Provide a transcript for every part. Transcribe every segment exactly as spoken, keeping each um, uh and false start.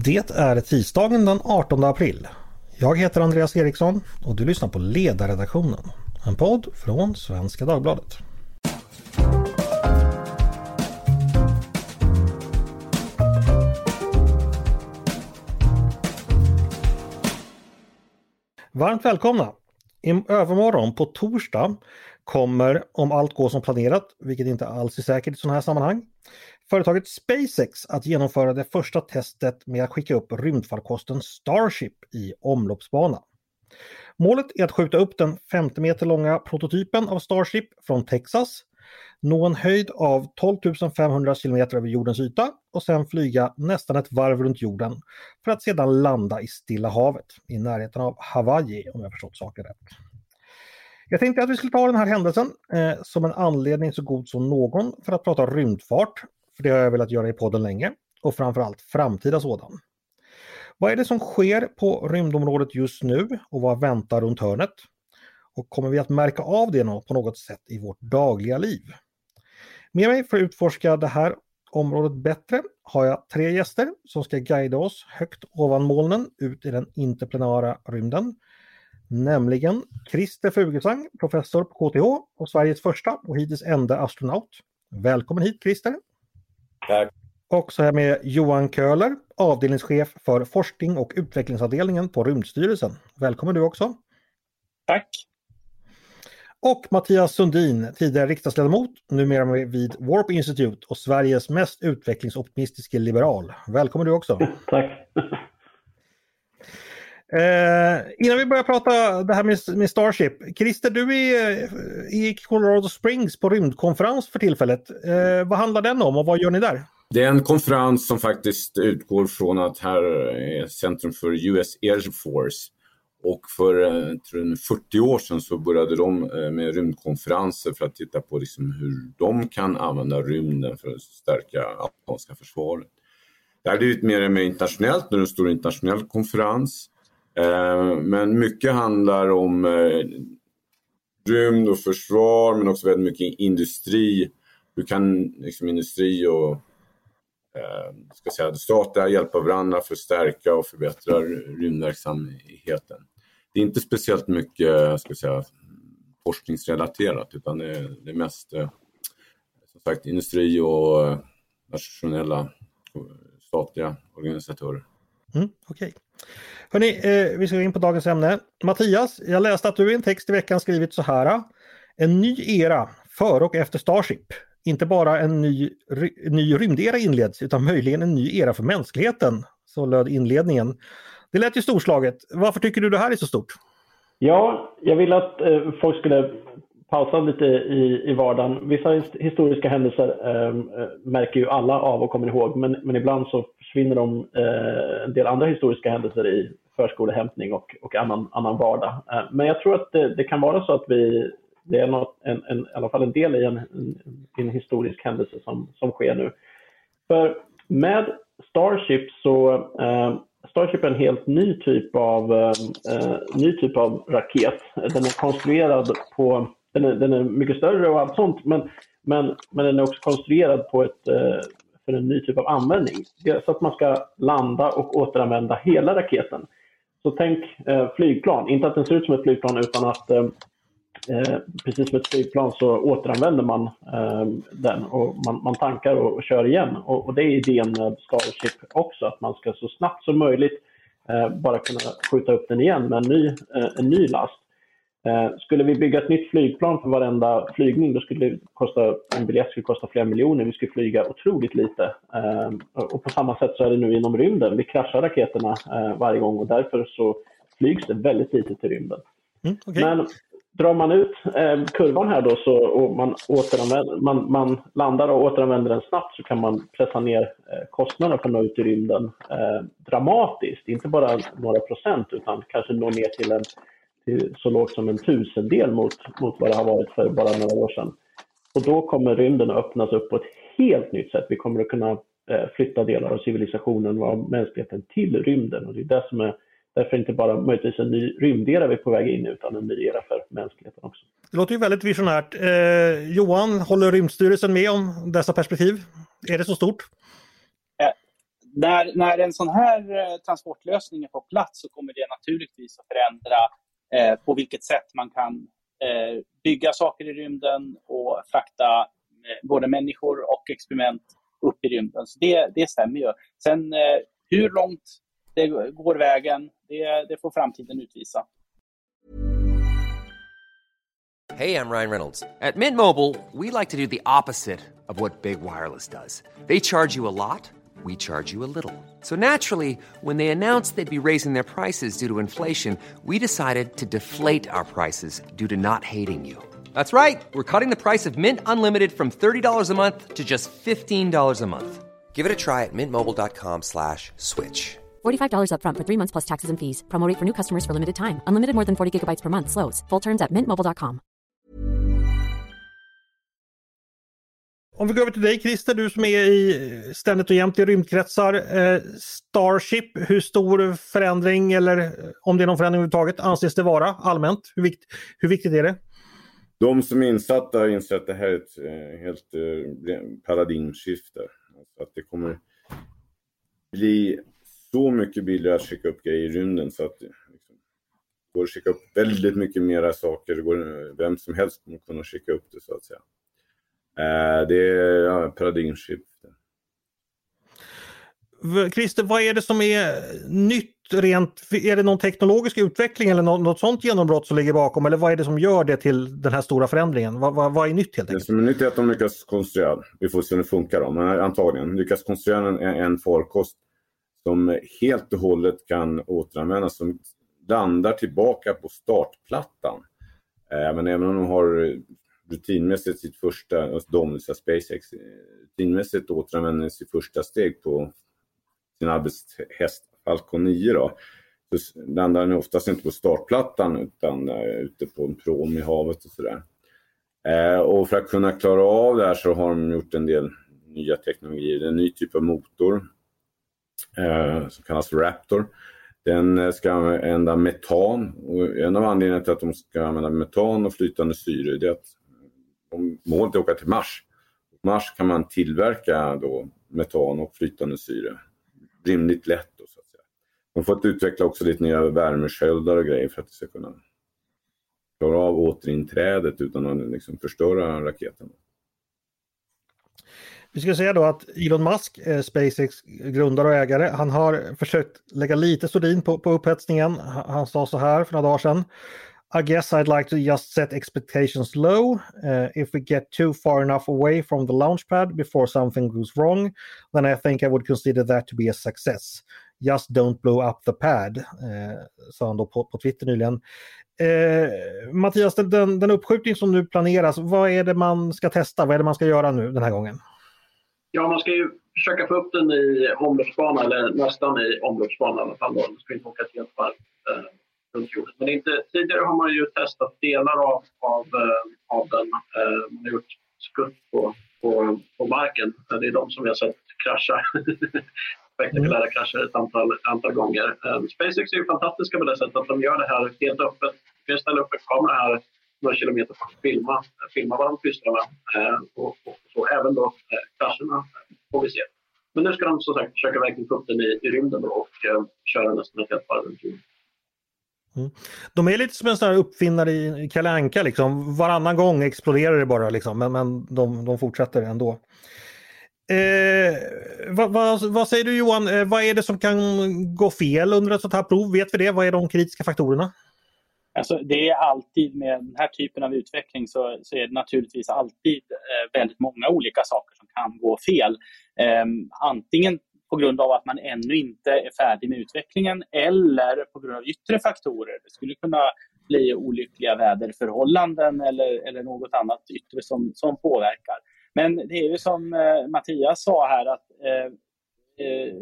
Det är tisdagen den artonde april. Jag heter Andreas Eriksson och du lyssnar på Ledarredaktionen, en podd från Svenska Dagbladet. Varmt välkomna! I övermorgon på torsdag kommer, om allt går som planerat, vilket inte alls är säkert i sådana här sammanhang, företaget SpaceX att genomföra det första testet med att skicka upp rymdfarkosten Starship i omloppsbana. Målet är att skjuta upp den femtio meter långa prototypen av Starship från Texas, nå en höjd av tolv tusen femhundra kilometer över jordens yta och sen flyga nästan ett varv runt jorden för att sedan landa i Stilla havet i närheten av Hawaii, om jag förstått saken rätt. Jag tänkte att vi skulle ta den här händelsen eh, som en anledning så god som någon för att prata rymdfart, för det har jag velat göra i podden länge, och framförallt framtida sådan. Vad är det som sker på rymdområdet just nu och vad väntar runt hörnet? Och kommer vi att märka av det på något sätt i vårt dagliga liv? Med mig för att utforska det här området bättre har jag tre gäster som ska guida oss högt ovan molnen ut i den interplanetara rymden. Nämligen Christer Fuglesang, professor på K T H och Sveriges första och hittills enda astronaut. Välkommen hit, Christer. Tack. Och så här med Johan Köhler, avdelningschef för forskning och utvecklingsavdelningen på Rymdstyrelsen. Välkommen du också. Tack. Och Mattias Sundin, tidigare riksdagsledamot, numera vid Warp Institute och Sveriges mest utvecklingsoptimistiska liberal. Välkommen du också. Tack. Eh, innan vi börjar prata det här med, med Starship. Christer, du är i Colorado Springs på rymdkonferens för tillfället. Eh, vad handlar den om och vad gör ni där? Det är en konferens som faktiskt utgår från att här är Centrum för U S Air Force. Och för tror jag, fyrtio år sedan så började de med rymdkonferenser för att titta på liksom hur de kan använda rymden för att stärka amerikanska försvaret. Det här är ju mer och mer internationellt, när det är en stor internationell konferens. Men mycket handlar om rymd och försvar, men också väldigt mycket industri. Hur kan liksom industri och ska säga, stater hjälpa varandra för att stärka och förbättra rymdverksamheten. Det är inte speciellt mycket ska säga, forskningsrelaterat, utan det är, det är mest som sagt, industri och nationella statliga organisatörer. Mm, Okej. Okay. Hörrni, eh, vi ska gå in på dagens ämne. Mattias, jag läste att du i en text i veckan skrivit så här. En ny era före och efter Starship. Inte bara en ny, ry- ny rymdera inleds, utan möjligen en ny era för mänskligheten. Så löd inledningen. Det lät ju storslaget. Varför tycker du det här är så stort? Ja, jag vill att eh, folk skulle pausa lite i, i vardagen. Vissa historiska händelser eh, märker ju alla av och kommer ihåg, men, men ibland så försvinner de eh, en del andra historiska händelser i förskolehämtning och, och annan, annan vardag. Eh, men jag tror att det, det kan vara så att vi, det är något, en, en, i alla fall en del i en, en, en historisk händelse som, som sker nu. För med Starship så eh, Starship är en helt ny typ av eh, ny typ av raket. Den är konstruerad på Den är, den är mycket större och allt sånt, men, men, men den är också konstruerad på ett, eh, för en ny typ av användning. Så att man ska landa och återanvända hela raketen. Så tänk eh, flygplan, inte att den ser ut som ett flygplan utan att eh, precis som ett flygplan så återanvänder man eh, den och man, man tankar och, och kör igen. Och, och det är idén med Starship också, att man ska så snabbt som möjligt eh, bara kunna skjuta upp den igen med en ny, eh, en ny last. Eh, skulle vi bygga ett nytt flygplan för varenda flygning, då skulle det kosta, en biljett skulle kosta flera miljoner. Vi skulle flyga otroligt lite. Eh, och på samma sätt så är det nu inom rymden. Vi kraschar raketerna eh, varje gång och därför så flygs det väldigt lite till rymden. Mm, okay. Men drar man ut eh, kurvan här då så, och man, man, man landar och återanvänder den snabbt, så kan man pressa ner eh, kostnaderna för att nå ut i rymden eh, dramatiskt. Inte bara några procent utan kanske nå ner till en så lågt som en tusendel mot, mot vad det har varit för bara några år sedan. Och då kommer rymden att öppnas upp på ett helt nytt sätt. Vi kommer att kunna eh, flytta delar av civilisationen och av mänskligheten till rymden. Och det är det som är därför inte bara möjligtvis en ny rymdera vi är på väg in, utan en ny era för mänskligheten också. Det låter ju väldigt visionärt. Eh, Johan, håller Rymdstyrelsen med om dessa perspektiv? Är det så stort? när, när en sån här eh, transportlösning är på plats så kommer det naturligtvis att förändra eh, på vilket sätt man kan eh, bygga saker i rymden och frakta eh, både människor och experiment upp i rymden. Så det, det stämmer ju. Sen eh, hur långt det går vägen, det, det får framtiden utvisa. Hey, I'm Ryan Reynolds. At Mint Mobile, we like to do the opposite of what Big Wireless does. They charge you a lot, we charge you a little. So naturally, when they announced they'd be raising their prices due to inflation, we decided to deflate our prices due to not hating you. That's right. We're cutting the price of Mint Unlimited from thirty dollars a month to just fifteen dollars a month. Give it a try at mintmobile.com slash switch. forty-five dollars up front for three months plus taxes and fees. Promo rate for new customers for limited time. Unlimited more than forty gigabytes per month slows. Full terms at mint mobile dot com. Om vi går över till dig, Christer, du som är i ständigt och jämt i rymdkretsar. Eh, Starship, hur stor förändring, eller om det är någon förändring överhuvudtaget, anses det vara allmänt? Hur, vikt, hur viktigt är det? De som är insatta inser att det här är ett eh, helt eh, paradigmskifte. Alltså att det kommer bli så mycket billigare att skicka upp grejer i rymden så att det liksom, går att skicka upp väldigt mycket mera saker. Det går, vem som helst kommer kunna skicka upp det, så att säga. Eh, det är ja, paradigmskifte. Christer, vad är det som är nytt rent? Är det någon teknologisk utveckling eller något, något sånt genombrott som ligger bakom? Eller vad är det som gör det till den här stora förändringen? Vad, vad, vad är nytt helt enkelt? Det som är nytt är att de lyckas konstruera, vi får se hur det funkar då, men antagligen lyckas konstruera en, en farkost som helt och hållet kan återanvändas, som landar tillbaka på startplattan. Eh, men även om de har rutinmässigt sitt första, alltså de, SpaceX, rutinmässigt återanvänder sitt första steg på sin arbetshäst Falcon nio då, så landar den oftast inte på startplattan utan uh, ute på en prom i havet och sådär. Uh, och för att kunna klara av det här så har de gjort en del nya teknologier. En ny typ av motor uh, som kallas Raptor. Den ska använda metan, och en av anledningarna till att de ska använda metan och flytande syre det är att om målet är att åka till Mars. På Mars kan man tillverka då metan och flytande syre rimligt lätt då, så att säga. De får att utveckla också lite nya värmesköldar och grejer för att det ska kunna klara av återinträdet utan att liksom förstöra raketen. Vi ska säga då att Elon Musk, eh, SpaceX grundare och ägare, han har försökt lägga lite sordin på, på upphetsningen. Han, han sa så här för några dagar sedan: I guess I'd like to just set expectations low. Uh, if we get too far enough away from the launchpad before something goes wrong, then I think I would consider that to be a success. Just don't blow up the pad, uh, sa han då på, på Twitter nyligen. Uh, Mattias, den, den, den uppskjutning som nu planeras, vad är det man ska testa? Vad är det man ska göra nu den här gången? Ja, man ska ju försöka få upp den i omloppsbana, eller nästan i omloppsbana i alla fall. Man ska inte åka ett helt varv uh, runt jorden. Men inte, tidigare har man ju testat delar av, av, uh, av den. Uh, man har gjort skutt på, på, på marken. Uh, det är de som vi har sett krascha. Spektakulära mm. krascher ett antal, antal gånger. Uh, SpaceX är ju fantastiska på det sättet att de gör det här helt öppet. Vi kan ställa upp en kamera här några kilometer för att filma, filma vad de pysslar med. Uh, och, och så även då uh, krascherna får vi se. Men nu ska de som sagt försöka verkligen få upp den i, i rymden då, och uh, köra nästan ett helt varv runt jorden. Mm. De är lite som en sån här uppfinnare i Kalle Anka liksom. Varannan gång exploderar det bara liksom, men, men de, de fortsätter ändå. Eh, vad, vad, vad säger du, Johan? Eh, vad är det som kan gå fel under ett sånt här prov? Vet vi det? Vad är de kritiska faktorerna? Alltså, det är alltid med den här typen av utveckling så, så är det naturligtvis alltid eh, väldigt många olika saker som kan gå fel. Eh, antingen på grund av att man ännu inte är färdig med utvecklingen eller på grund av yttre faktorer. Det skulle kunna bli olyckliga väderförhållanden eller, eller något annat yttre som, som påverkar. Men det är ju som eh, Mattias sa här att eh, eh,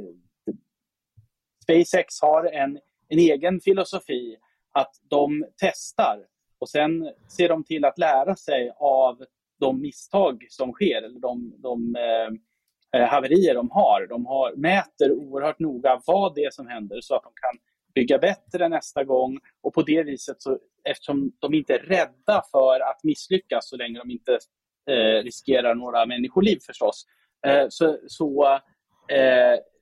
SpaceX har en, en egen filosofi att de testar och sen ser de till att lära sig av de misstag som sker eller de, de eh, haverier de har. De har, mäter oerhört noga vad det är som händer så att de kan bygga bättre nästa gång, och på det viset så, eftersom de inte är rädda för att misslyckas så länge de inte eh, riskerar några människoliv förstås, eh, så, så, eh,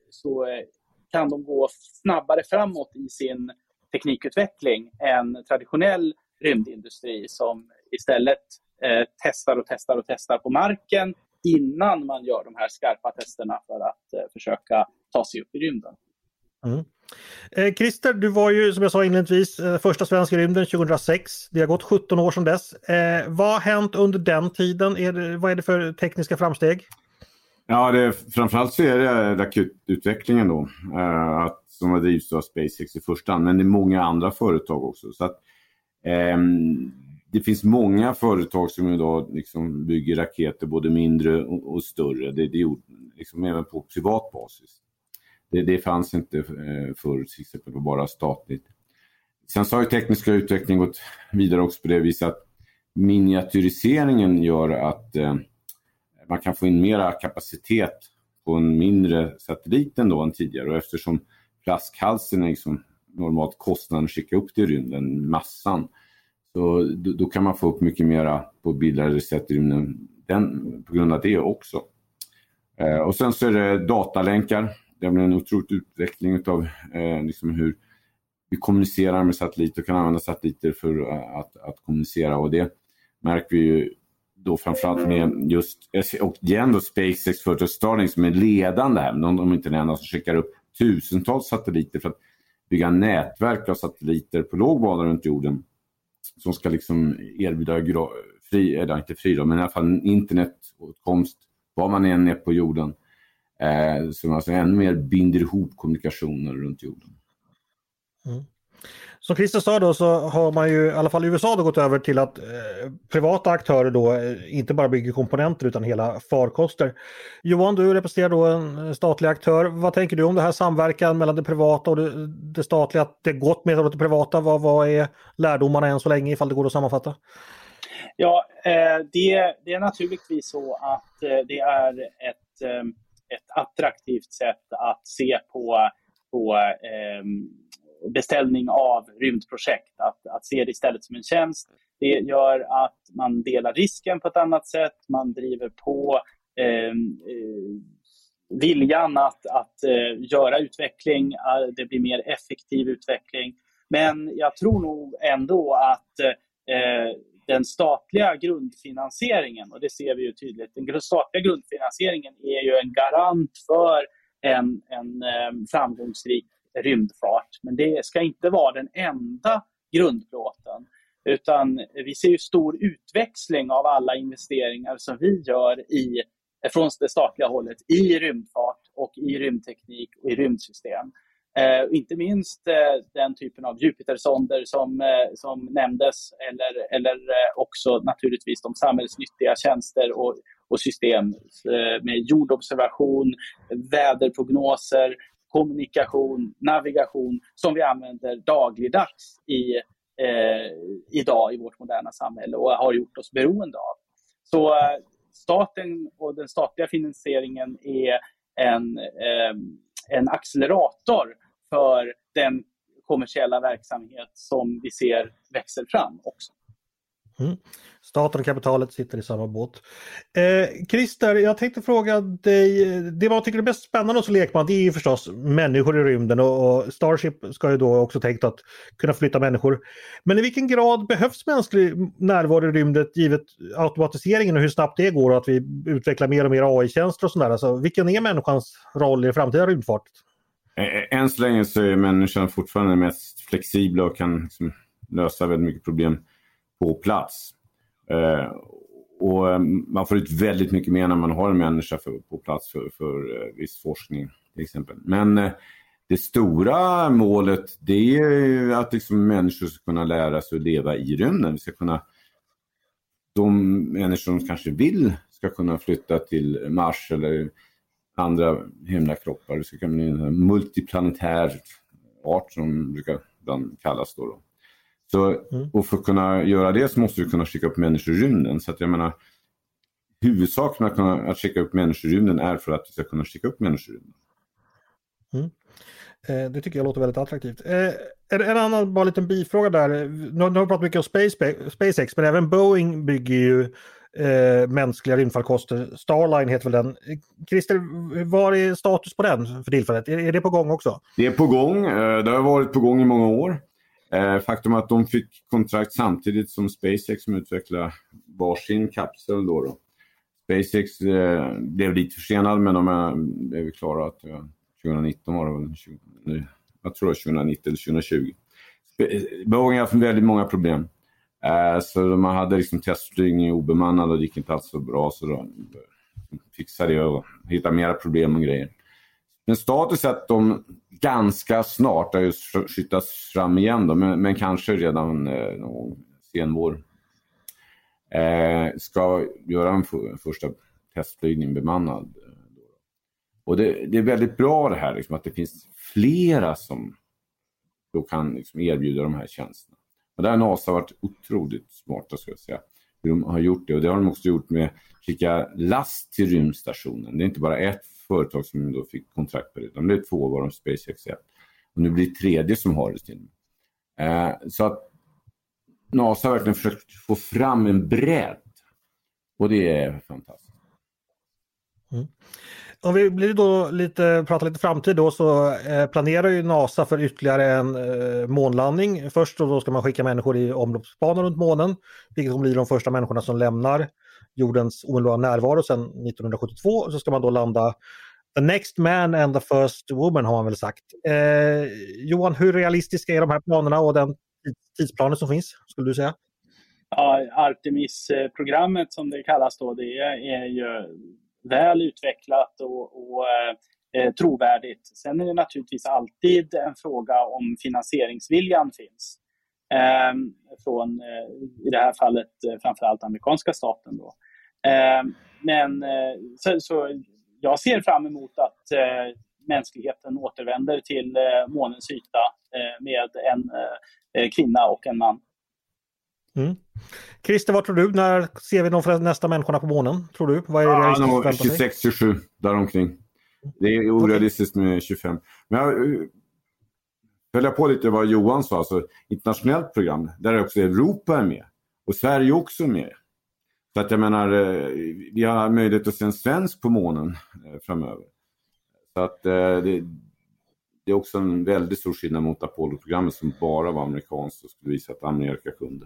så kan de gå snabbare framåt i sin teknikutveckling än traditionell rymdindustri som istället eh, testar och testar och testar på marken innan man gör de här skarpa testerna för att eh, försöka ta sig upp i rymden. Mm. Eh, Christer, du var ju som jag sa inledningsvis eh, första svenska rymden tjugohundrasex. Det har gått sjutton år sedan dess. Eh, vad har hänt under den tiden? Är det, vad är det för tekniska framsteg? Ja, det, framförallt så är det raketutvecklingen då, eh, att, som har drivits av SpaceX i första hand, men det är många andra företag också. Så att, eh, det finns många företag som idag liksom bygger raketer, både mindre och, och större. Det, det är liksom även på privat basis. Det, det fanns inte eh, förut, till exempel bara statligt. Sen så har ju tekniska utvecklingen gått vidare också på det viset att miniatyriseringen gör att eh, man kan få in mera kapacitet på en mindre satellit än, då än tidigare. Och eftersom flaskhalsen är liksom normalt kostnaden att skicka upp till rymden, massan, så då, då kan man få upp mycket mera på billigare sätt i rymden den, på grund av det också. Eh, och sen så är det datalänkar. Det blir en otrolig utveckling av eh, liksom hur vi kommunicerar med satelliter och kan använda satelliter för att, att kommunicera. Och det märker vi ju då framförallt med just, och igen då SpaceX företag Starlink som är ledande här, men de är inte den enda som skickar upp tusentals satelliter för att bygga nätverk av satelliter på låg bana runt jorden som ska liksom erbjuda gra- fri, eller inte fri då, men i alla fall internetåtkomst var man än är på jorden, eh, som alltså ännu mer binder ihop kommunikationer runt jorden. Mm. Som Christer sa då, så har man ju i alla fall i U S A då gått över till att eh, privata aktörer då eh, inte bara bygger komponenter utan hela farkoster. Johan, du representerar då en statlig aktör. Vad tänker du om det här samverkan mellan det privata och det, det statliga? Att det gått mer åt det privata, vad, vad är lärdomarna än så länge ifall det går att sammanfatta? Ja, eh, det, det är naturligtvis så att eh, det är ett, eh, ett attraktivt sätt att se på, på eh, beställning av rymdprojekt, att, att se det istället som en tjänst. Det gör att man delar risken på ett annat sätt, man driver på eh, eh, viljan att, att eh, göra utveckling, det blir mer effektiv utveckling. Men jag tror nog ändå att eh, den statliga grundfinansieringen, och det ser vi ju tydligt, den statliga grundfinansieringen är ju en garant för en, en eh, framgångsrik rymdfart. Men det ska inte vara den enda grundplåten, utan vi ser ju stor utväxling av alla investeringar som vi gör i, från det statliga hållet i rymdfart och i rymdteknik och i rymdsystem. Eh, inte minst eh, den typen av Jupitersonder som, eh, som nämndes, eller, eller eh, också naturligtvis de samhällsnyttiga tjänster och, och system eh, med jordobservation, väderprognoser, kommunikation, navigation som vi använder dagligdags i, eh, idag i vårt moderna samhälle och har gjort oss beroende av. Så eh, staten och den statliga finansieringen är en, eh, en accelerator för den kommersiella verksamhet som vi ser växer fram också. Mm. Staten och kapitalet sitter i samma båt. Eh, Christer, jag tänkte fråga dig, det man tycker är mest spännande som lekman, det är ju förstås människor i rymden, och, och Starship ska ju då också tänkt att kunna flytta människor. Men i vilken grad behövs mänsklig närvaro i rymden givet automatiseringen och hur snabbt det går och att vi utvecklar mer och mer A I-tjänster och sådär? Alltså, vilken är människans roll i framtida rymdfart? Än så länge så är människan fortfarande mest flexibla och kan liksom lösa väldigt mycket problem på plats. Eh, och man får ut väldigt mycket mer när man har en människa för, på plats för, för eh, viss forskning till exempel. Men eh, det stora målet, det är ju att liksom människor ska kunna lära sig att leva i rymden. Vi ska kunna, de människor som kanske vill ska kunna flytta till Mars eller andra himlakroppar. Det ska kunna bli en multiplanetär art som brukar kallas då. då. Så, och för att kunna göra det så måste du kunna skicka upp människor i rymden. Så att jag menar, huvudsaken att, kunna, att skicka upp människor i rymden är för att vi ska kunna skicka upp människor i rymden. Mm. Eh, det tycker jag låter väldigt attraktivt. Eh, en, en annan bara liten bifråga där. Nu, nu har vi pratat mycket om Space, SpaceX, men även Boeing bygger ju eh, mänskliga rymdfarkoster. Starline heter väl den. Christer, vad är status på den för tillfället? Är, är det på gång också? Det är på gång. Det har varit på gång i många år. Faktum att de fick kontrakt samtidigt som SpaceX som utvecklar varsin kapsel då. då. SpaceX eh, blev lite försenad, men de är, är vi klara att ja, tjugonitton var det väl, tjugo, jag tror tjugonitton eller tjugohundratjugo. Boeing har haft väldigt många problem. Eh, så man hade liksom testflygning obemannad och det gick inte alls så bra, så de fixade det och hittade mera problem och grejer. Men status är att de ganska snart har just skjutats fram igen då, men, men kanske redan eh, någon sen vår. Eh, ska göra en f- första testflygning bemannad. Och det, det är väldigt bra det här liksom, att det finns flera som då kan liksom erbjuda de här tjänsterna. Och där har NASA varit otroligt smarta, ska jag säga. Hur de har gjort det, och det har de också gjort med att skicka last till rymdstationen. Det är inte bara ett företag som då fick kontrakt på det, utan det är två var de SpaceX är. Och nu blir det tredje som har det till. Eh, så att NASA har verkligen försökt få fram en bredd. Och det är fantastiskt. Mm. Om vi blir då lite, pratar lite framtid då, så eh, planerar ju NASA för ytterligare en eh, månlandning. Först då ska man skicka människor i omloppsbana runt månen, vilket kommer bli de första människorna som lämnar jordens omedelbara närvaro sedan nittonhundrasjuttiotvå. Så ska man då landa the next man and the first woman, har man väl sagt. Eh, Johan, hur realistiska är de här planerna och den tidsplanen som finns, skulle du säga? Ja, Artemis-programmet som det kallas då, det är ju väl utvecklat och, och eh, trovärdigt. Sen är det naturligtvis alltid en fråga om finansieringsviljan finns. Eh, från, eh, i det här fallet, eh, framförallt amerikanska staten då. Eh, men eh, så, så jag ser fram emot att eh, mänskligheten återvänder till eh, månens yta eh, med en eh, kvinna och en man. Mm. Christer, vad tror du? När ser vi de nästa människorna på månen? Tror du? Vad är det ja, realistiskt att vänta sig? tjugosex tjugosju, däromkring. Det är orealistiskt med tjugofem. Men jag följer på lite vad Johan sa. Alltså, internationellt program, där också Europa är med. Och Sverige också med. Så att jag menar, vi har möjlighet att se en svensk på månen framöver. Så att det, det är också en väldigt stor skillnad mot Apollo-programmet som bara var amerikanskt och skulle visa att Amerika kunde.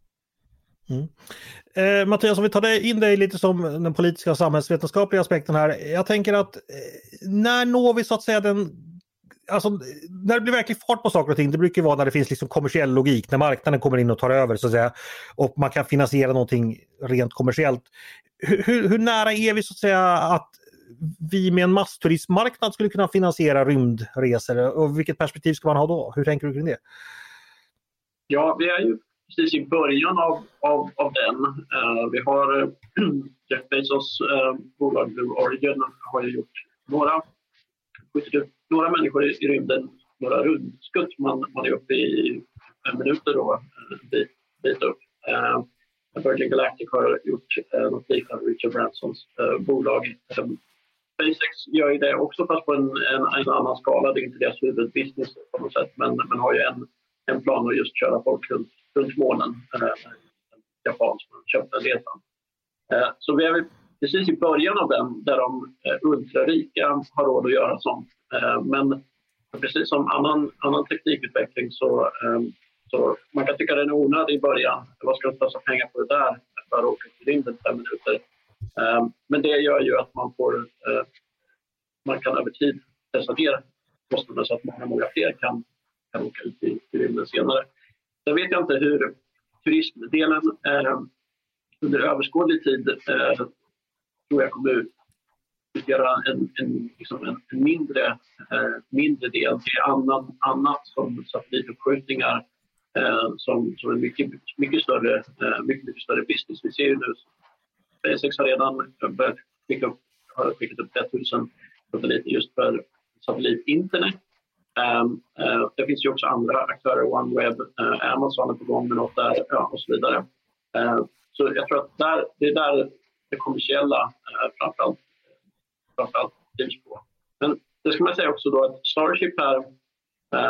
Mm. Eh, Mattias, om vi tar in dig lite som den politiska och samhällsvetenskapliga aspekten här. Jag tänker att eh, när når vi så att säga den, alltså när det blir verkligen fart på saker och ting, det brukar vara när det finns liksom kommersiell logik, när marknaden kommer in och tar över så att säga, och man kan finansiera någonting rent kommersiellt. Hur, hur, hur nära är vi så att säga att vi med en massturismmarknad skulle kunna finansiera rymdresor, och vilket perspektiv ska man ha då? Hur tänker du kring det? Ja, vi är ju precis i början av, av, av den. Uh, vi har uh, Jeff Bezos uh, bolag Blue Origin har ju gjort några, några människor i, i rymden, några rundskutt. Man, man är uppe i fem minuter då, en bit, bit upp. Uh, Virgin Galactic har gjort uh, något liknande, Richard Bransons uh, bolag. Um, SpaceX gör ju det också, fast på en, en, en annan skala. Det är inte deras huvudbusiness på något sätt, men man har ju en, en plan att just köra folk runt, runt månen. Eh, Japan som köpte resan. Eh, så vi är precis i början av den, där de eh, ultrarika har råd att göra sånt. Eh, men precis som annan, annan teknikutveckling så, eh, så man kan tycka den är onödig i början. Vad ska de passa pengar på det där för att åka till rymden fem minuter? Eh, men det gör ju att man får eh, man kan över tid pressa ner kostnaderna så att många, många fler kan, kan åka ut i, i rymden senare. Sen vet jag inte hur turismdelen eh, under överskådlig tid eh, tror jag kommer utgöra en, en, liksom en, en mindre, eh, mindre del. Det är annan, annat som satellituppskjutningar eh, som, som är mycket, mycket, större, eh, mycket, mycket större business. Vi ser ju nu SpaceX har redan börjat skicka upp, har skickat upp tre tusen satelliter just för satellitinternet. Um, uh, det finns ju också andra aktörer, OneWeb, uh, Amazon är på gång med något där, ja, och så vidare. Uh, så jag tror att där, det är där det kommersiella uh, framförallt, framförallt drivs på. Men det ska man säga också då att Starship här, uh,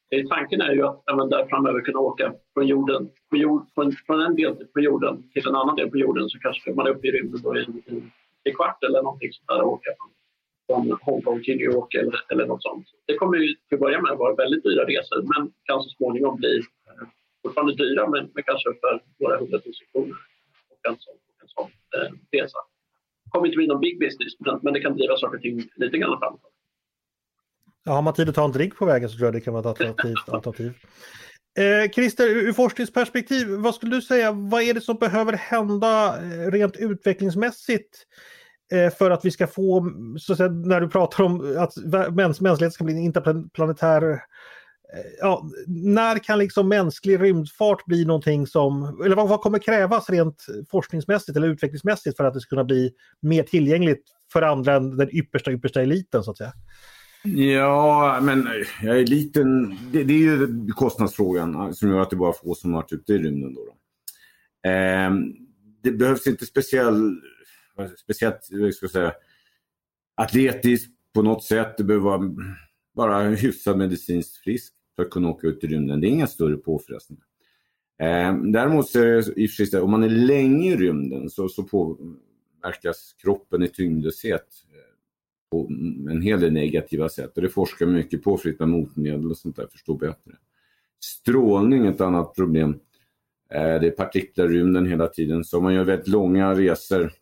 Eh, tanken är ju att även där framöver kunna åka från jorden, på jord, från, från en del på jorden till en annan del på jorden, så kanske man är uppe i rymden då i, i, i kvart eller någonting sånt där och åka från, från Hongkong till New York eller, eller något sånt. Det kommer ju till att börja med vara väldigt dyra resor, men kan så småningom bli eh, fortfarande dyra, men, men kanske för några hundratusen kronor och en sån, en sån eh, resa. Det kommer inte bli någon big business, men, men det kan driva saker och ting lite grann framåt. Ja, har man tid att ta en drink på vägen så tror jag det kan vara ett alternativ. alternativ. Eh, Christer, ur forskningsperspektiv, vad skulle du säga, vad är det som behöver hända rent utvecklingsmässigt eh, för att vi ska få, så att säga, när du pratar om att mäns- mänskligheten ska bli en interplanetär, eh, ja, när kan liksom mänsklig rymdfart bli någonting som, eller vad, vad kommer krävas rent forskningsmässigt eller utvecklingsmässigt för att det ska kunna bli mer tillgängligt för andra än den yppersta, yppersta eliten så att säga? Ja, men jag är liten. Det, det är ju kostnadsfrågan som gör att det bara får som varit ute i rymden då. då. Eh, det behövs inte speciell, speciellt, jag ska säga, atletiskt på något sätt. Det behöver vara bara hyfsad medicinskt frisk för att kunna åka ut i rymden. Det är inga större påfrestningar. Eh, däremot så är det i och för sig, om man är länge i rymden så, så påverkas kroppen i tyngdlöshet på en hel del negativa sätt. Och det forskar mycket på fritt med motmedel och sånt där, förstå bättre. Strålning är ett annat problem. Det är partiklar i rymden hela tiden. Så man gör väldigt långa resor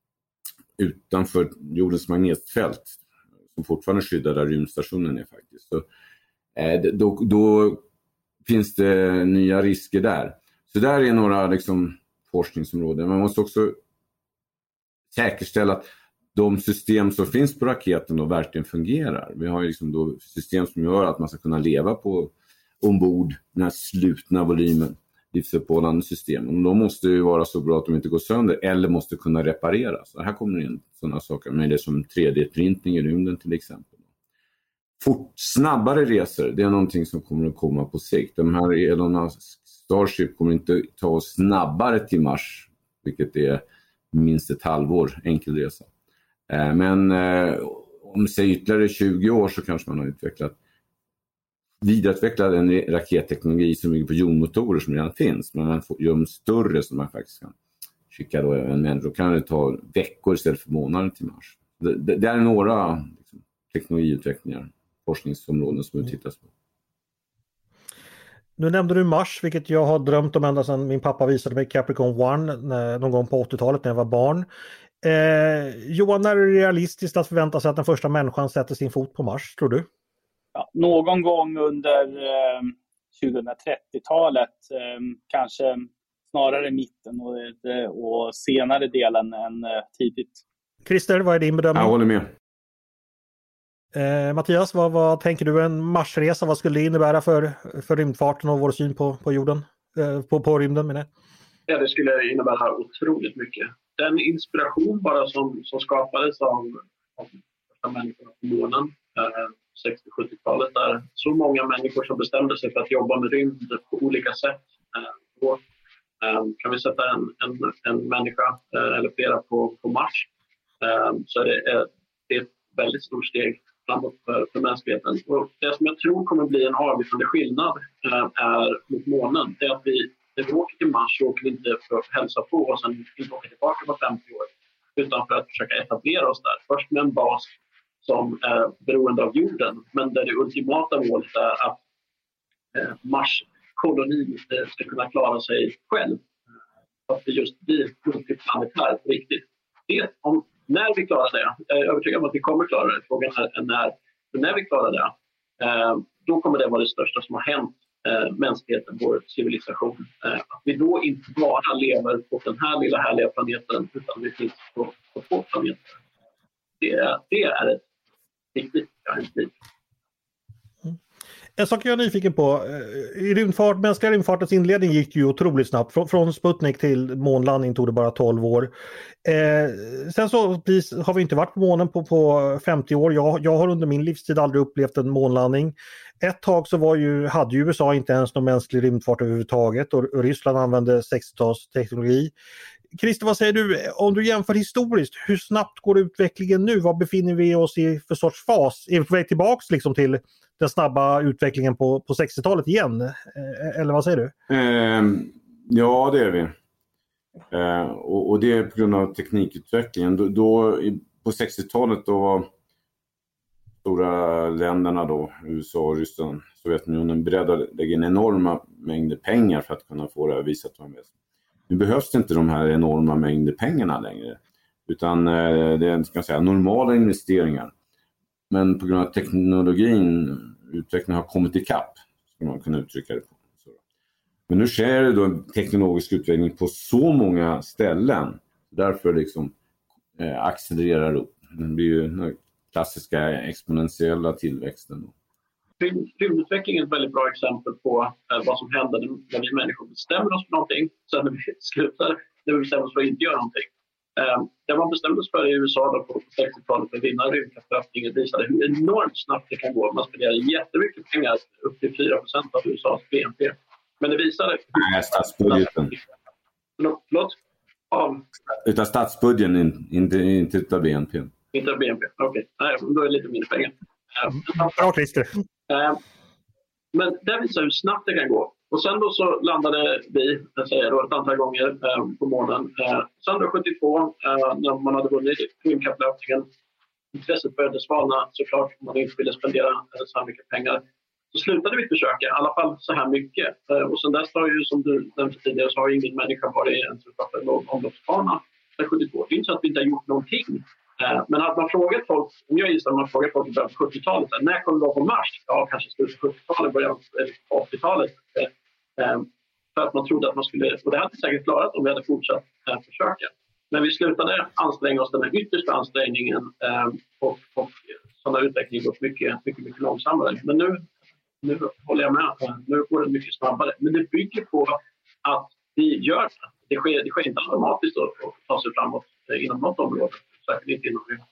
utanför jordens magnetfält som fortfarande skyddar där rymdstationen är faktiskt. Så, då, då finns det nya risker där. Så där är några liksom, forskningsområden. Man måste också säkerställa att de system som finns på raketen då verkligen fungerar. Vi har ju liksom då system som gör att man ska kunna leva på ombord den här slutna volymen, livsuppehållande systemen. Och de måste ju vara så bra att de inte går sönder eller måste kunna repareras. Så här kommer det in sådana saker med det som tre D-printning i rymden till exempel. Fort, snabbare resor, det är någonting som kommer att komma på sikt. De här Elon Starship kommer inte ta oss snabbare till Mars, vilket är minst ett halvår enkel resa. Men om det säger ytterligare tjugo år så kanske man har utvecklat vidareutvecklat en raketteknologi som bygger på jonmotorer som redan finns. Men man får, gör dem större så man faktiskt kan skicka då en människa. Då kan det ta veckor istället för månader till Mars. Det, det, det är några liksom, teknologiutvecklingar, forskningsområden som vi tittar på. Nu nämnde du Mars, vilket jag har drömt om ända sedan min pappa visade mig Capricorn One någon gång på åttiotalet när jag var barn. Eh, Johan, när är det realistiskt att förvänta sig att den första människan sätter sin fot på Mars, tror du? Ja, någon gång under eh, tjugohundratrettiotalet, eh, kanske snarare mitten och, och senare delen än eh, tidigt. Christer, vad är din bedömning? Jag håller med. Eh, Mattias, vad, vad tänker du en Marsresa? Vad skulle det innebära för, för rymdfarten och vår syn på, på jorden? Eh, på, på rymden menar jag. Ja, det skulle innebära otroligt mycket. Den inspiration bara som, som skapades av, av första människorna på månen eh, sextio-sjuttiotalet där så många människor som bestämde sig för att jobba med rymd på olika sätt. Eh, då, eh, kan vi sätta en, en, en människa eh, eller flera på, på Mars eh, så är det, eh, det är ett väldigt stort steg framåt för, för mänskligheten. Och det som jag tror kommer bli en avgörande skillnad eh, är mot månen. Det är att vi När vi åker till Mars så åker vi inte för att hälsa på och sen inte åka tillbaka på femtio år. Utan för att försöka etablera oss där. Först med en bas som är beroende av jorden. Men där det ultimata målet är att eh, Mars koloni ska kunna klara sig själv. Att det just blir multiplanetärt riktigt. Det, om, när vi klarar det, jag är övertygad om att vi kommer klara det. Frågan är när, men när vi klarar det, eh, då kommer det vara det största som har hänt eh, mänskligheten, vår civilisation. Eh, att vi då inte bara lever på den här lilla härliga planeten, utan vi finns på, på två planeter. Det, det är ett viktigt garanti. En sak jag är nyfiken på, i rymdfart, mänskliga rymdfartens inledning gick ju otroligt snabbt. Frå, från Sputnik till månlandning tog det bara tolv år. Eh, sen så precis, har vi inte varit på månen på, på femtio år. Jag, jag har under min livstid aldrig upplevt en månlandning. Ett tag så var ju, hade ju U S A inte ens någon mänsklig rymdfart överhuvudtaget och, och Ryssland använde sextiotalsteknologi. Christer, vad säger du? Om du jämför historiskt, hur snabbt går utvecklingen nu? Vad befinner vi oss i för sorts fas? Är vi på väg tillbaks liksom till den snabba utvecklingen på, på sextiotalet igen? Eller vad säger du? Eh, ja, det är vi. Eh, och, och det är på grund av teknikutvecklingen. Då, då, på sextiotalet då var stora länderna då, U S A, Ryssland, Sovjetunionen, beredda att lägga in enorma mängder pengar för att kunna få det här visat på en väst. Nu behövs det inte de här enorma mängder pengarna längre, utan eh, det är, ska jag säga, normala investeringar. Men på grund av teknologin, utvecklingen har kommit ikapp, skulle man kunna uttrycka det på. Så. Men nu sker det då en teknologisk utveckling på så många ställen, därför liksom eh, accelererar upp. Det blir ju den klassiska exponentiella tillväxten. Rymdutveckling är ett väldigt bra exempel på eh, vad som händer när vi människor bestämmer oss för någonting, sen när vi slutar, när vi bestämmer oss för att inte göra någonting. Eh, det man bestämde sig för i U S A då på sextiotalet för att vinna rymdkapplöpningen visade hur enormt snabbt det kan gå. Man spenderar jättemycket pengar, upp till fyra procent av U S A:s B N P. Men det visade... Nej, statsbudgeten. Förlåt? Av... Utav statsbudgeten, inte, inte utav B N P. Inte av B N P, okej. Okay. Nej, då är det lite mindre pengar. Bra, Christer. Men det visar hur snabbt det kan gå. Och sen då så landade vi, jag säger då, ett antal gånger eh, på månen. Eh, sen då sjuttiotvå, eh, när man hade vunnit rymdkapplöpningen, intresset började svalna såklart, man inte ville spendera eh, så här mycket pengar. Så slutade vi försöka, i alla fall så här mycket. Eh, och sen dess har ju, som du nämnde tidigare, så har ingen människa varit i en sån låg omloppsbana sedan sjuttiotvå. Det är inte så att vi inte har gjort någonting. Men hade man frågat folk, om jag gissar att man frågat folk i början på sjuttiotalet, när kommer vi vara på Mars? Ja, kanske slutet på sjuttiotalet, början på åttiotalet. För att man trodde att man skulle, och det hade vi säkert klarat om vi hade fortsatt försöka. Men vi slutade anstränga oss den här yttersta ansträngningen och, och sådana utveckling gått mycket, mycket, mycket långsammare. Men nu, nu håller jag med, nu går det mycket snabbare. Men det bygger på att vi gör det. Det sker, det sker inte automatiskt att ta sig framåt inom något område. Inte inom det.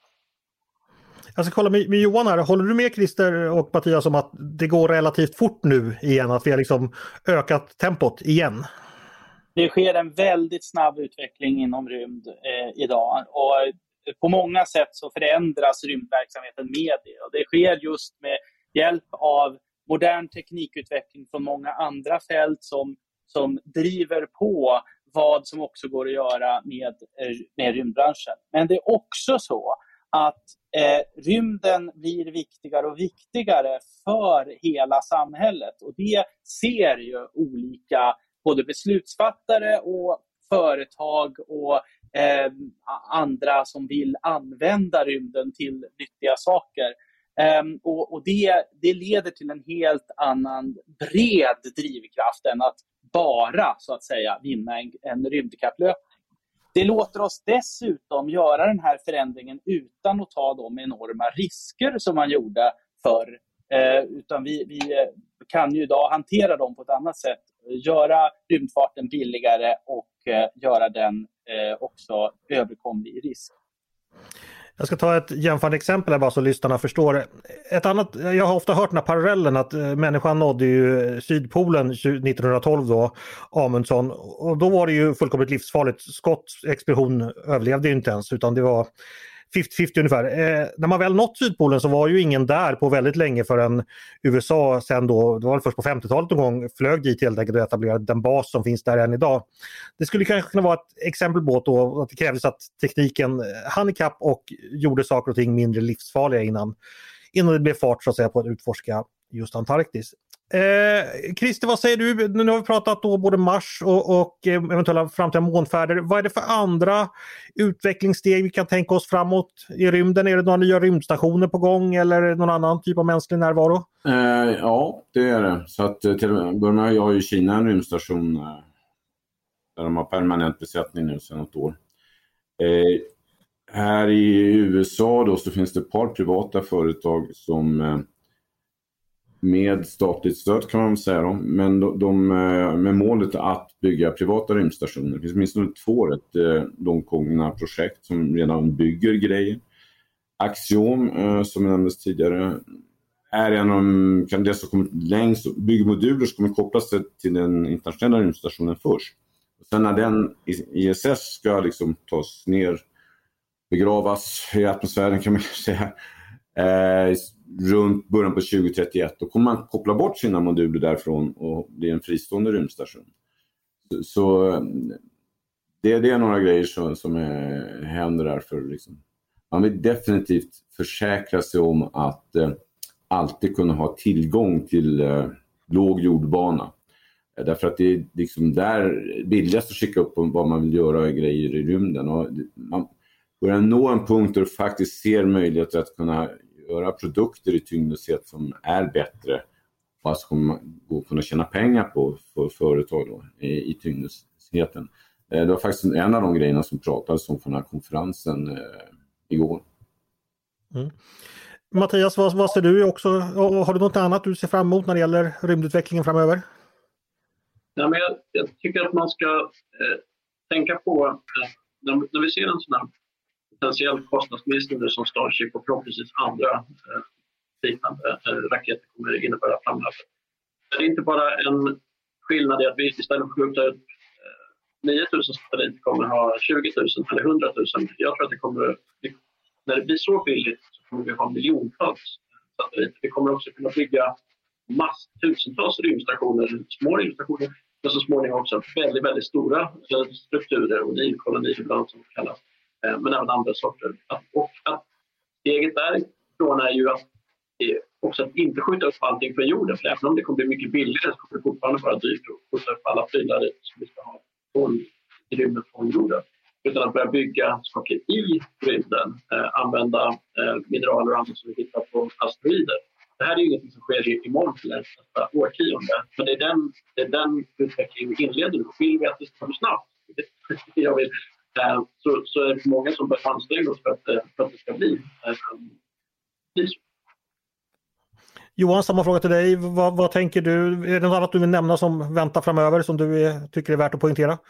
Jag ska kolla med, med Johan här. Håller du med Christer och Mattias om att det går relativt fort nu igen? Att vi har liksom ökat tempot igen? Det sker en väldigt snabb utveckling inom rymd eh, idag. Och på många sätt så förändras rymdverksamheten med det. Och det sker just med hjälp av modern teknikutveckling från många andra fält som, som driver på vad som också går att göra med, med rymdbranschen. Men det är också så att eh, rymden blir viktigare och viktigare för hela samhället. Och det ser ju olika både beslutsfattare och företag och eh, andra som vill använda rymden till nyttiga saker. Um, och och det, det leder till en helt annan bred drivkraft än att bara så att säga vinna en, en rymdkapplöpning. Det låter oss dessutom göra den här förändringen utan att ta de enorma risker som man gjorde förr. Eh, utan vi, vi kan ju idag hantera dem på ett annat sätt. Göra rymdfarten billigare och eh, göra den eh, också överkomlig i risk. Jag ska ta ett jämförande exempel här bara så lyssnarna förstår. Ett annat, jag har ofta hört den här parallellen att människan nådde ju Sydpolen nittonhundratolv då, Amundsen, och då var det ju fullkomligt livsfarligt. Skottexpedition överlevde ju inte ens, utan det var femtio femtio ungefär. Eh, när man väl nått Sydpolen så var ju ingen där på väldigt länge förrän U S A sen då, det var först på femtiotalet någon gång, flög dit helt enkelt och etablerade den bas som finns där än idag. Det skulle kanske kunna vara ett exempel på då, att det krävdes att tekniken hann ikapp och gjorde saker och ting mindre livsfarliga innan, innan det blev fart så att säga på att utforska just Antarktis. Eh, Christer, vad säger du? Nu har vi pratat då både Mars och, och eventuella framtida månfärder. Vad är det för andra utvecklingssteg vi kan tänka oss framåt i rymden? Är det några nya rymdstationer på gång eller någon annan typ av mänsklig närvaro? Eh, ja, det är det. Så att till början med jag har ju Kina en rymdstation eh, där de har permanent besättning nu sedan ett år. Eh, här i U S A då så finns det ett par privata företag som eh, med statligt stöd kan man säga då, men de, de med målet att bygga privata rymdstationer. Det finns minst två rätt långtgångna projekt som redan bygger grejer. Axiom, som nämndes tidigare, är en av de, kan det som kommit längst, byggmoduler som kommer kopplas till den internationella rymdstationen först. Sen när den I S S ska liksom tas ner, begravas i atmosfären kan man säga, eh, runt början på tjugo trettioett, då kommer man koppla bort sina moduler därifrån och bli en fristående rymdstation. Så, så det, det är några grejer som, som är, händer där för liksom. Man vill definitivt försäkra sig om att eh, alltid kunna ha tillgång till eh, låg jordbana. Eh, därför att det är liksom där billigast att skicka upp vad man vill göra grejer i rymden. Och man börjar nå en punkt där du faktiskt ser möjligheter att kunna göra produkter i tyngdlöshet som är bättre. Och alltså kommer man gå kunna tjäna pengar på för företag då, i, i tyngdlösheten. Eh, det var faktiskt en av de grejerna som pratades om på den här konferensen eh, igår. Mm. Mattias, vad, vad ser du också? Har du något annat du ser fram emot när det gäller rymdutvecklingen framöver? Ja, men jag, jag tycker att man ska eh, tänka på eh, när, när vi ser en sån här potentiell kostnadsminskning som Starship och förhoppningsvis andra eh, liknande eh, raketer kommer innebära framöver. Det är inte bara en skillnad i att vi istället för att skjuta ut eh, nio tusen satelliter kommer ha tjugo tusen eller hundra tusen. Jag tror att det kommer, när det blir så billigt så kommer vi ha miljontals satelliter. Vi kommer också kunna bygga mass, tusentals rymdstationer, små rymdstationer, men så småningom också väldigt, väldigt stora strukturer och nivkolonier ibland som kallas, men även andra sorter. Och att steget därifrån är ju att också att inte skjuta upp allting från jorden, för även om det kommer bli mycket billigare så kommer det fortfarande vara dyrt att skjuta upp alla prylar som vi ska ha från i rymden från jorden. Utan att börja bygga saker i rymden, eh, använda eh, mineraler och annat som vi hittar på asteroider. Det här är ju inget som sker imorgon eller nästa årtionde, men det är den, det är den utvecklingen vi inleder nu. Vill vi att det ska gå snabbt, jag vill, eh, så, så är det många som bör anstränga oss för att, för att det ska bli eh, bli så. Johan, samma fråga till dig. Vad, vad tänker du? Är det något annat du vill nämna som väntar framöver som du är, tycker är värt att poängtera?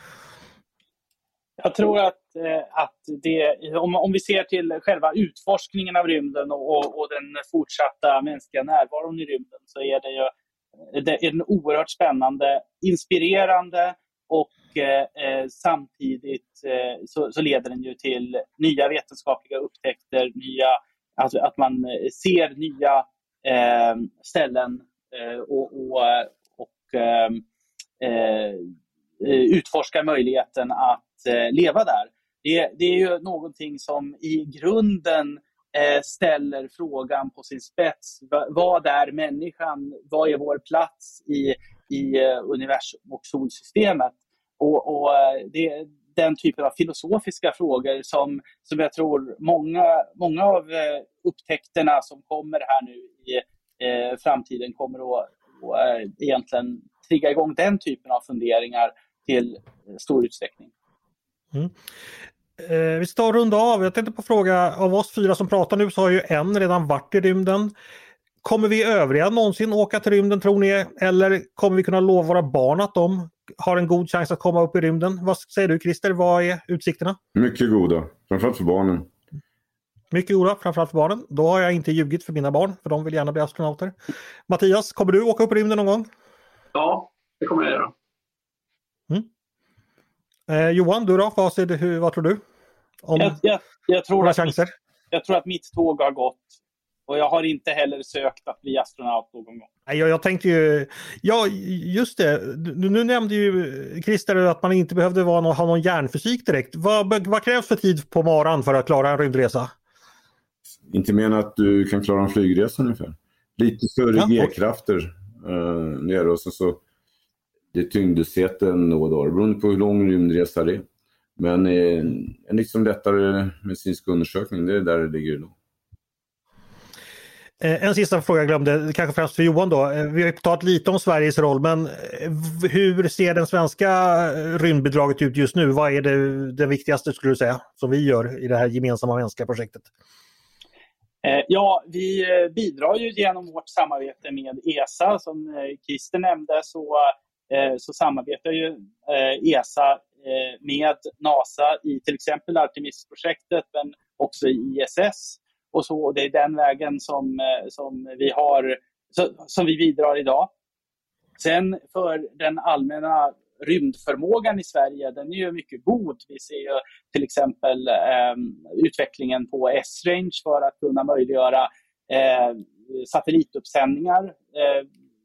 Jag tror att, att det, om, om vi ser till själva utforskningen av rymden och, och, och den fortsatta mänskliga närvaron i rymden, så är det ju det är en oerhört spännande, inspirerande och eh, samtidigt eh, så, så leder den ju till nya vetenskapliga upptäckter, nya, alltså att man ser nya eh, ställen eh, och, och, och eh, eh, utforskar möjligheten att leva där. Det, det är ju någonting som i grunden eh, ställer frågan på sin spets. Va, vad är människan? Vad är vår plats i, i uh, universum och solsystemet? Och, och det är den typen av filosofiska frågor som, som jag tror många, många av eh, upptäckterna som kommer här nu i eh, framtiden kommer att och, eh, egentligen trigga igång den typen av funderingar till eh, stor utsträckning. Mm. Eh, vi ska runda av. Jag tänkte på fråga, av oss fyra som pratar nu så har ju en redan varit i rymden. Kommer vi övriga någonsin åka till rymden, tror ni? Eller kommer vi kunna lova våra barn att de har en god chans att komma upp i rymden? Vad säger du, Christer? Vad är utsikterna? Mycket goda, framförallt för barnen. Mycket goda, framförallt för barnen. Då har jag inte ljugit för mina barn, för de vill gärna bli astronauter. Mattias, kommer du åka upp i rymden någon gång? Ja, det kommer jag göra. Mm. Eh, Johan, du då? Vad, ser du, hur, vad tror du? Om jag, jag, jag, tror att, chanser? jag tror att mitt tåg har gått. Och jag har inte heller sökt att bli astronaut någon gång. Nej, jag, jag tänkte ju... Ja, just det. Du, nu nämnde ju Christer att man inte behövde vara någon, ha någon hjärnfysik direkt. Vad, vad krävs för tid på morgonen för att klara en rymdresa? Inte menar att du kan klara en flygresa ungefär. Lite större ja, G-krafter uh, nere och så, så det är tyngdlösheten några dagar. Beroende på hur lång rymdresa det är. Men eh, en liksom lättare medicinsk undersökning, det är där det ligger då. En sista fråga jag glömde, kanske främst för Johan då. Vi har pratat lite om Sveriges roll, men hur ser den svenska rymdbidraget ut just nu? Vad är det, det viktigaste, skulle du säga, som vi gör i det här gemensamma mänskliga projektet? Ja, vi bidrar ju genom vårt samarbete med E S A. Som Christer nämnde så, så samarbetar ju E S A med NASA i till exempel Artemis-projektet, men också i I S S. Och så det är den vägen som, som vi har som vi bidrar idag. Sen för den allmänna rymdförmågan i Sverige, den är ju mycket god. Vi ser ju till exempel eh, utvecklingen på S-range för att kunna möjliggöra eh, satellituppsändningar eh,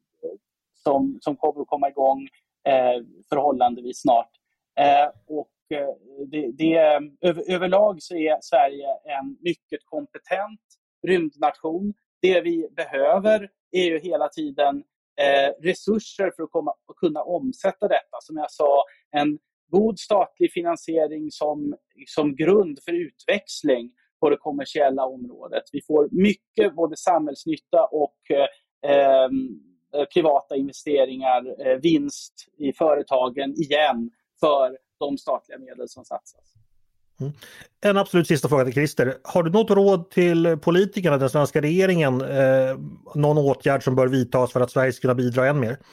som, som kommer att komma igång eh, förhållandevis snart. Eh, och det, det, över, överlag så är Sverige en mycket kompetent rymdnation. Det vi behöver är ju hela tiden eh, resurser för att, komma, att kunna omsätta detta. Som jag sa, en god statlig finansiering som, som grund för utväxling på det kommersiella området. Vi får mycket både samhällsnytta och eh, privata investeringar, eh, vinst i företagen igen för de statliga medel som satsas. Mm. En absolut sista fråga till Christer. Har du något råd till politikerna, den svenska regeringen, eh, någon åtgärd som bör vidtas för att Sverige ska kunna bidra än mer?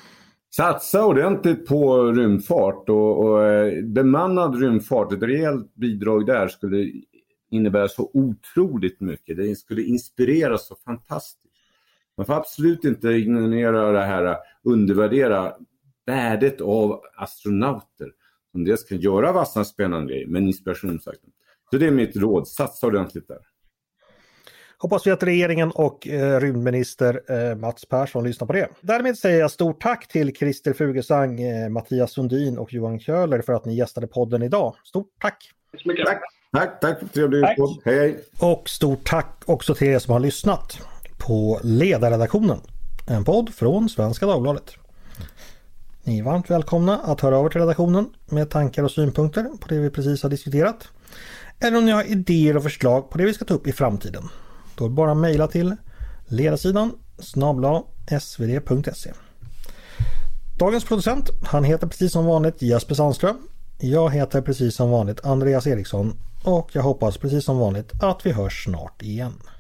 Satsa ordentligt på rymdfart och, och bemannad rymdfart. Ett rejält bidrag där skulle innebära så otroligt mycket. Det skulle inspirera så fantastiskt. Man får absolut inte ignorera det här, undervärdera värdet av astronauter. Som dels kan göra vassa spännande grejer, men inspirationsfaktorn. Så det är mitt råd, satsa ordentligt där. Hoppas vi att regeringen och eh, rymdminister eh, Mats Persson lyssnar på det. Därmed säger jag stort tack till Christer Fuglesang, eh, Mattias Sundin och Johan Köhler för att ni gästade podden idag. Stort tack! Tack, tack, tack för trevlig podd. Hej, hej! Och stort tack också till er som har lyssnat på Ledarredaktionen, en podd från Svenska Dagbladet. Ni är varmt välkomna att höra över till redaktionen med tankar och synpunkter på det vi precis har diskuterat. Eller om ni har idéer och förslag på det vi ska ta upp i framtiden. Då är det bara att mejla till ledarsidan snabel-a s v d punkt se. Dagens producent, han heter precis som vanligt Jesper Sandström. Jag heter precis som vanligt Andreas Eriksson och jag hoppas precis som vanligt att vi hörs snart igen.